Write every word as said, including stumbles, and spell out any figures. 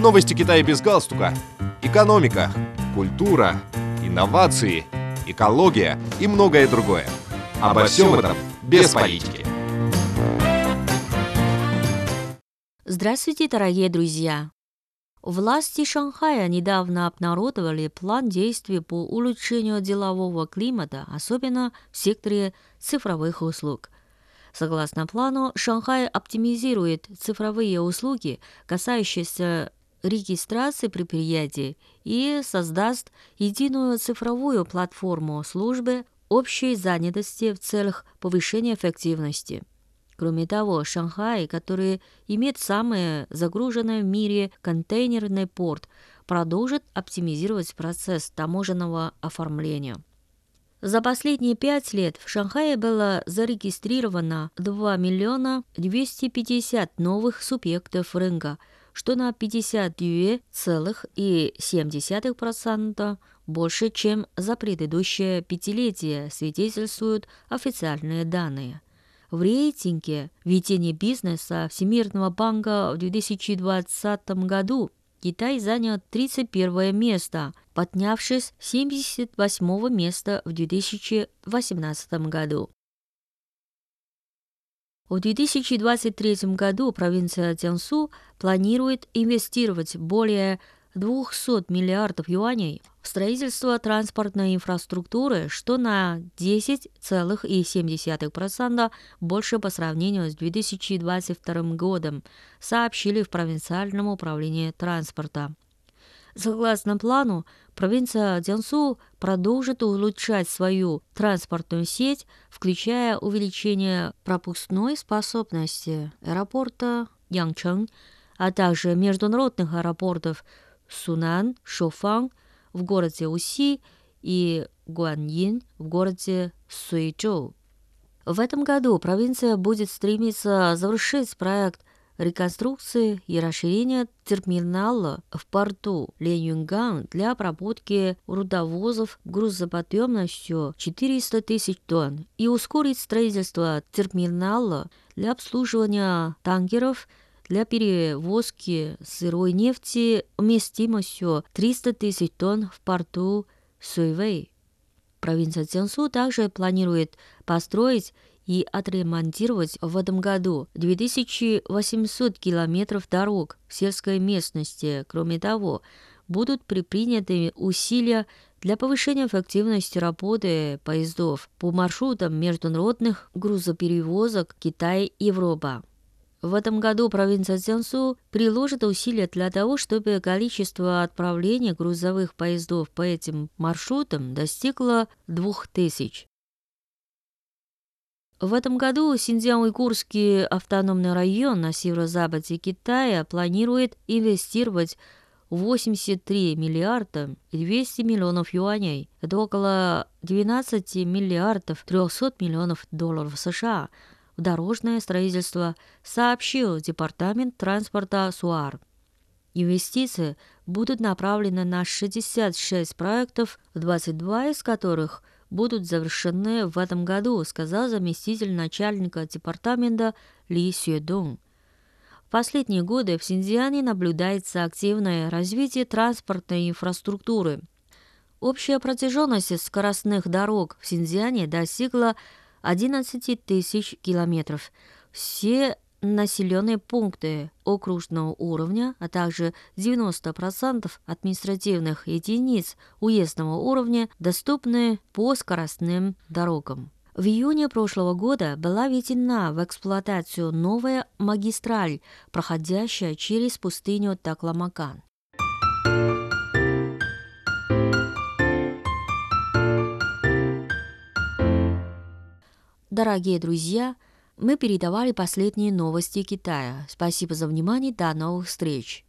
Новости Китая без галстука. Экономика, культура, инновации, экология и многое другое. Обо всем этом без политики. Здравствуйте, дорогие друзья! Власти Шанхая недавно обнародовали план действий по улучшению делового климата, особенно в секторе цифровых услуг. Согласно плану, Шанхай оптимизирует цифровые услуги, касающиеся регистрации предприятий, и создаст единую цифровую платформу службы общей занятости в целях повышения эффективности. Кроме того, Шанхай, который имеет самый загруженный в мире контейнерный порт, продолжит оптимизировать процесс таможенного оформления. За последние пять лет в Шанхае было зарегистрировано два миллиона двести пятьдесят новых субъектов рынка, что на пятьдесят два целых семь десятых процента больше, чем за предыдущее пятилетие, свидетельствуют официальные данные. В рейтинге ведения бизнеса Всемирного банка в две тысячи двадцатом году Китай занял тридцать первое место, поднявшись с семьдесят восьмого места в две тысячи восемнадцатом году. В две тысячи двадцать третьем году провинция Цзянсу планирует инвестировать более двухсот миллиардов юаней в строительство транспортной инфраструктуры, что на десять целых семь десятых процента больше по сравнению с две тысячи двадцать вторым годом, сообщили в провинциальном управлении транспорта. Согласно плану, провинция Цзянсу продолжит улучшать свою транспортную сеть, включая увеличение пропускной способности аэропорта Янчэн, а также международных аэропортов Сунан, Шофан в городе Уси и Гуаньин в городе Суйчжоу. В этом году провинция будет стремиться завершить проект реконструкции и расширения терминала в порту Ленюнган для обработки рудовозов грузоподъемностью четыреста тысяч тонн и ускорить строительство терминала для обслуживания танкеров для перевозки сырой нефти вместимостью триста тысяч тонн в порту Суйвэй. Провинция Цзянсу также планирует построить и отремонтировать в этом году две тысячи восемьсот километров дорог в сельской местности. Кроме того, будут предприняты усилия для повышения эффективности работы поездов по маршрутам международных грузоперевозок Китай-Европа. В этом году провинция Цзянсу приложит усилия для того, чтобы количество отправлений грузовых поездов по этим маршрутам достигло двух тысяч. В этом году Синьцзян-Уйгурский автономный район на северо-западе Китая планирует инвестировать восемьдесят три миллиарда двести миллионов юаней, это около двенадцать миллиардов триста миллионов долларов США, в дорожное строительство, сообщил Департамент транспорта СУАР. Инвестиции будут направлены на шестьдесят шесть проектов, двадцать два из которых будут завершены в этом году, сказал заместитель начальника департамента Ли Сюэдун. В последние годы в Синьцзяне наблюдается активное развитие транспортной инфраструктуры. Общая протяженность скоростных дорог в Синьцзяне достигла одиннадцать тысяч километров. Все населенные пункты окружного уровня, а также девяносто процентов административных единиц уездного уровня доступны по скоростным дорогам. В июне прошлого года была введена в эксплуатацию новая магистраль, проходящая через пустыню Такламакан. Дорогие друзья, мы передавали последние новости Китая. Спасибо за внимание. До новых встреч!